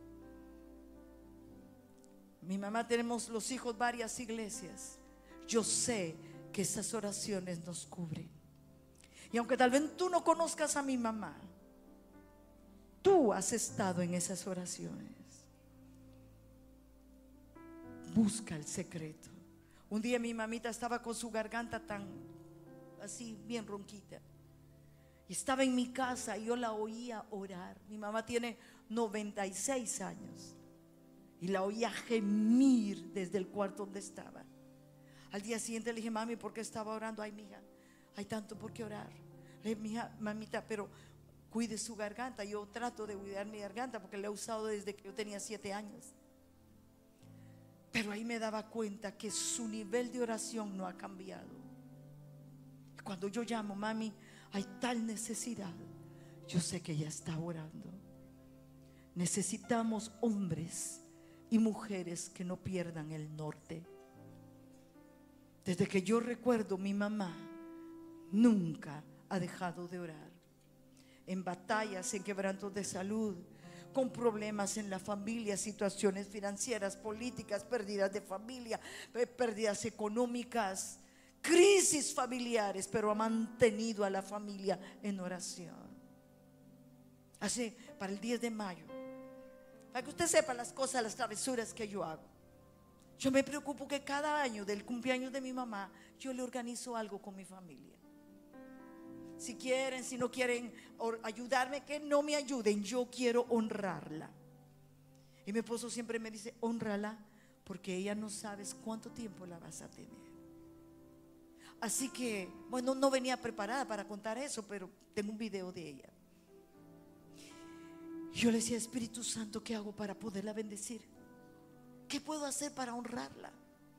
Mi mamá, tenemos los hijos varias iglesias. Yo sé que esas oraciones nos cubren. Y aunque tal vez tú no conozcas a mi mamá, tú has estado en esas oraciones. Busca el secreto. Un día mi mamita estaba con su garganta tan así, bien ronquita, y estaba en mi casa y yo la oía orar. Mi mamá tiene noventa y seis años y la oía gemir desde el cuarto donde estaba. Al día siguiente le dije, mami, ¿por qué estaba orando? Ay, mija, hay tanto por qué orar. Le dije, mija, mamita, pero cuide su garganta. Yo trato de cuidar mi garganta porque la he usado desde que yo tenía siete años. Pero ahí me daba cuenta que su nivel de oración no ha cambiado. Cuando yo llamo, mami, hay tal necesidad, yo sé que ella está orando. Necesitamos hombres y mujeres que no pierdan el norte. Desde que yo recuerdo, mi mamá nunca ha dejado de orar. En batallas, en quebrantos de salud, con problemas en la familia, situaciones financieras, políticas, pérdidas de familia, pérdidas económicas, crisis familiares, pero ha mantenido a la familia en oración. Así, para el diez de mayo, para que usted sepa las cosas, las travesuras que yo hago. Yo me preocupo que cada año del cumpleaños de mi mamá yo le organizo algo con mi familia. Si quieren, si no quieren ayudarme, que no me ayuden. Yo quiero honrarla. Y mi esposo siempre me dice: honrala, porque ella no sabes cuánto tiempo la vas a tener. Así que, bueno, no venía preparada para contar eso, pero tengo un video de ella. Yo le decía: Espíritu Santo, ¿qué hago para poderla bendecir? ¿Qué puedo hacer para honrarla?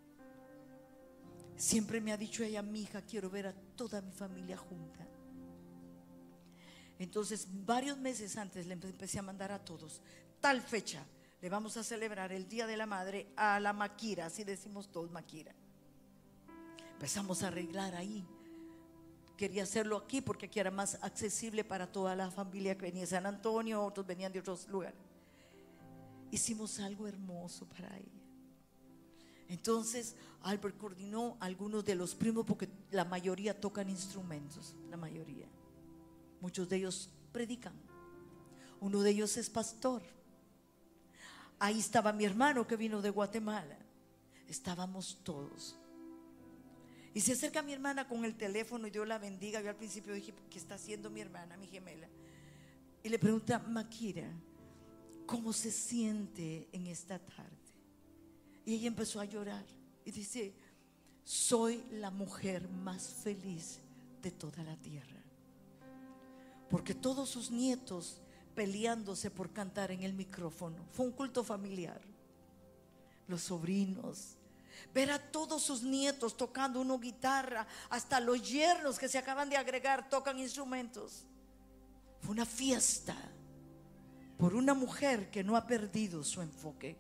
Siempre me ha dicho ella: mi hija, quiero ver a toda mi familia junta. Entonces, varios meses antes le empecé a mandar a todos: tal fecha le vamos a celebrar el Día de la Madre a la Maquira, así decimos todos, Maquira. Empezamos a arreglar ahí. Quería hacerlo aquí porque aquí era más accesible para toda la familia que venía de San Antonio, otros venían de otros lugares. Hicimos algo hermoso para ella. Entonces Albert coordinó a algunos de los primos, porque la mayoría tocan instrumentos, la mayoría. Muchos de ellos predican. Uno de ellos es pastor. Ahí estaba mi hermano que vino de Guatemala. Estábamos todos. Y se acerca mi hermana con el teléfono y Dios la bendiga. Yo al principio dije: ¿qué está haciendo mi hermana, mi gemela? Y le pregunta: Maquira, ¿cómo se siente en esta tarde? Y ella empezó a llorar y dice: soy la mujer más feliz de toda la tierra, porque todos sus nietos peleándose por cantar en el micrófono. Fue un culto familiar. Los sobrinos, ver a todos sus nietos tocando una guitarra, hasta los yernos que se acaban de agregar tocan instrumentos. Fue una fiesta por una mujer que no ha perdido su enfoque.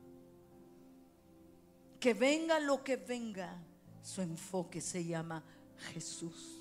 Que venga lo que venga, su enfoque se llama Jesús.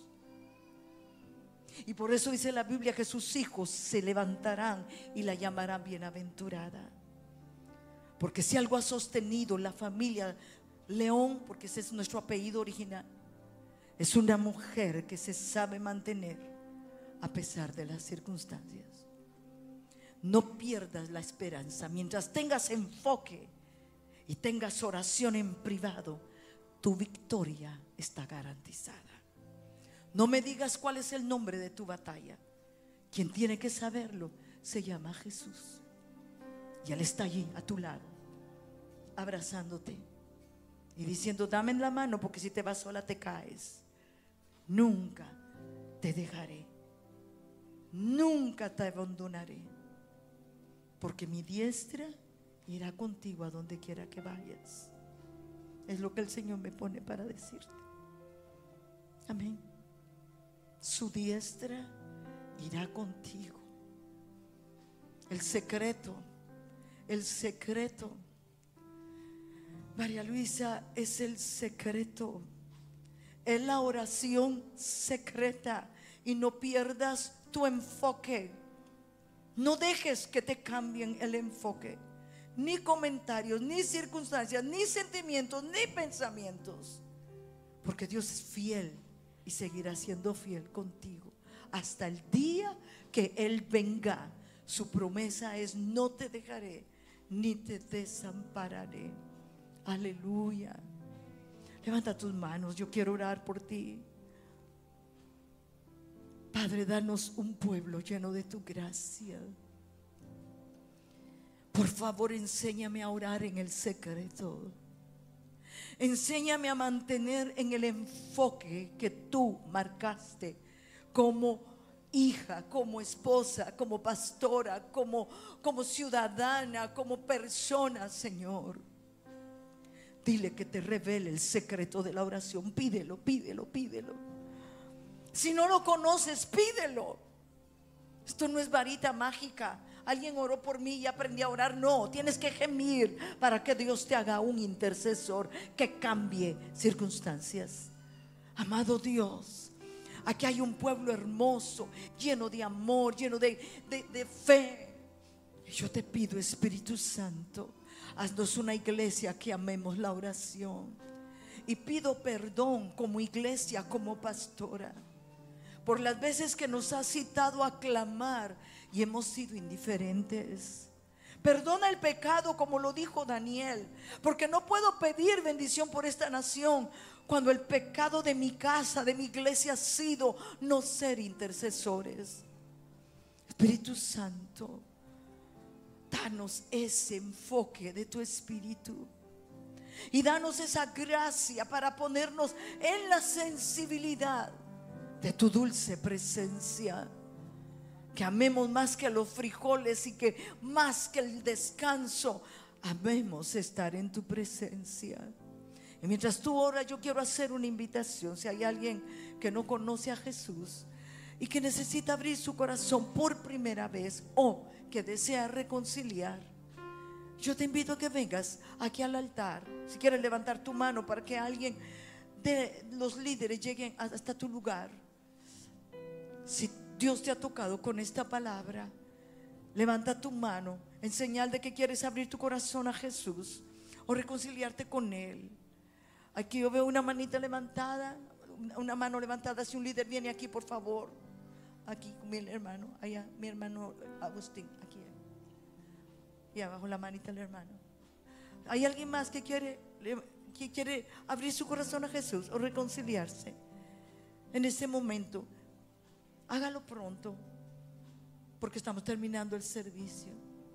Y por eso dice la Biblia que sus hijos se levantarán y la llamarán bienaventurada. Porque si algo ha sostenido la familia León, porque ese es nuestro apellido original, es una mujer que se sabe mantener a pesar de las circunstancias. No pierdas la esperanza. Mientras tengas enfoque y tengas oración en privado, tu victoria está garantizada. No me digas cuál es el nombre de tu batalla. Quien tiene que saberlo se llama Jesús. Y Él está allí a tu lado, abrazándote y diciendo: dame en la mano, porque si te vas sola te caes. Nunca te dejaré, nunca te abandonaré, porque mi diestra irá contigo a donde quiera que vayas. Es lo que el Señor me pone para decirte. Amén. Su diestra irá contigo. El secreto, el secreto, María Luisa, es el secreto. Es la oración secreta. Y no pierdas tu enfoque. No dejes que te cambien el enfoque. Ni comentarios, ni circunstancias, ni sentimientos, ni pensamientos. Porque Dios es fiel y seguirá siendo fiel contigo hasta el día que Él venga. Su promesa es: no te dejaré ni te desampararé. Aleluya. Levanta tus manos, yo quiero orar por ti. Padre, danos un pueblo lleno de tu gracia. Por favor, enséñame a orar en el secreto. Enséñame a mantener en el enfoque que tú marcaste como hija, como esposa, como pastora, como, como ciudadana, como persona, Señor. Dile que te revele el secreto de la oración. Pídelo, pídelo, pídelo. Si no lo conoces, pídelo. Esto no es varita mágica. alguien oró por mí y aprendí a orar. No, tienes que gemir para que Dios te haga un intercesor que cambie circunstancias. Amado Dios, aquí hay un pueblo hermoso, lleno de amor, lleno de, de, de fe. Y yo te pido, Espíritu Santo, haznos una iglesia que amemos la oración. Y pido perdón como iglesia, como pastora, por las veces que nos has citado a clamar y hemos sido indiferentes. Perdona el pecado, como lo dijo Daniel, porque no puedo pedir bendición por esta nación cuando el pecado de mi casa, de mi iglesia, ha sido no ser intercesores. Espíritu Santo, danos ese enfoque de tu Espíritu y danos esa gracia para ponernos en la sensibilidad de tu dulce presencia. Que amemos más que los frijoles y que más que el descanso, amemos estar en tu presencia. Y mientras tú oras, yo quiero hacer una invitación. Si hay alguien que no conoce a Jesús y que necesita abrir su corazón por primera vez, o que desea reconciliar, yo te invito a que vengas aquí al altar. Si quieres levantar tu mano para que alguien de los líderes lleguen hasta tu lugar. Si Dios te ha tocado con esta palabra, levanta tu mano en señal de que quieres abrir tu corazón a Jesús o reconciliarte con Él. Aquí yo veo una manita levantada, una mano levantada. Si un líder viene aquí, por favor. Aquí mi hermano, allá mi hermano Agustín, aquí. Y abajo la manita del hermano. ¿Hay alguien más que quiere, que quiere abrir su corazón a Jesús o reconciliarse en este momento? Hágalo pronto, porque estamos terminando el servicio.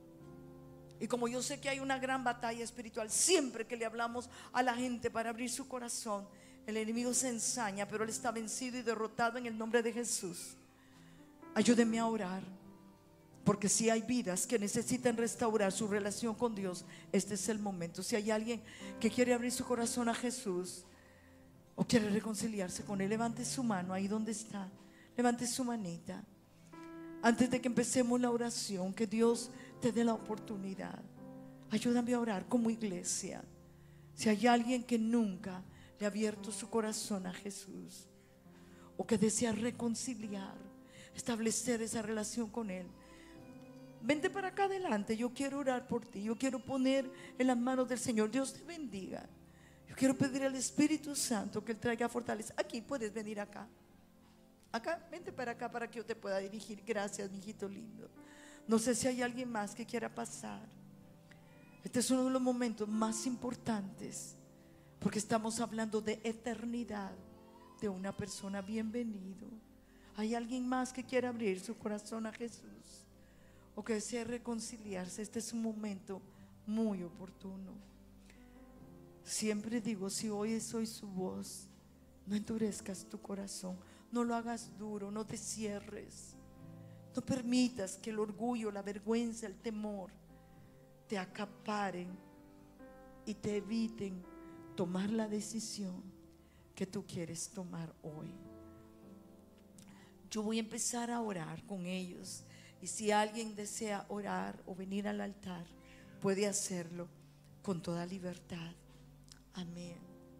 Y como yo sé que hay una gran batalla espiritual, siempre que le hablamos a la gente para abrir su corazón, el enemigo se ensaña, pero él está vencido y derrotado en el nombre de Jesús. Ayúdeme a orar, porque si hay vidas que necesitan restaurar su relación con Dios, este es el momento. Si hay alguien que quiere abrir su corazón a Jesús o quiere reconciliarse con Él, levante su mano ahí donde está. Levante su manita. Antes de que empecemos la oración, que Dios te dé la oportunidad. Ayúdame a orar como iglesia. Si hay alguien que nunca le ha abierto su corazón a Jesús, o que desea reconciliar, establecer esa relación con Él, vente para acá adelante. Yo quiero orar por ti. Yo quiero poner en las manos del Señor. Dios te bendiga. Yo quiero pedir al Espíritu Santo que Él traiga fortaleza. Aquí puedes venir acá. Acá, vente para acá para que yo te pueda dirigir. Gracias, mijito lindo. No sé si hay alguien más que quiera pasar. Este es uno de los momentos más importantes, porque estamos hablando de eternidad de una persona. Bienvenido. ¿Hay alguien más que quiera abrir su corazón a Jesús o que desee reconciliarse? Este es un momento muy oportuno. Siempre digo, si oyes hoy su voz, no endurezcas tu corazón. No lo hagas duro, no te cierres. No permitas que el orgullo, la vergüenza, el temor te acaparen y te eviten tomar la decisión que tú quieres tomar hoy. Yo voy a empezar a orar con ellos, y si alguien desea orar o venir al altar, puede hacerlo con toda libertad. Amén.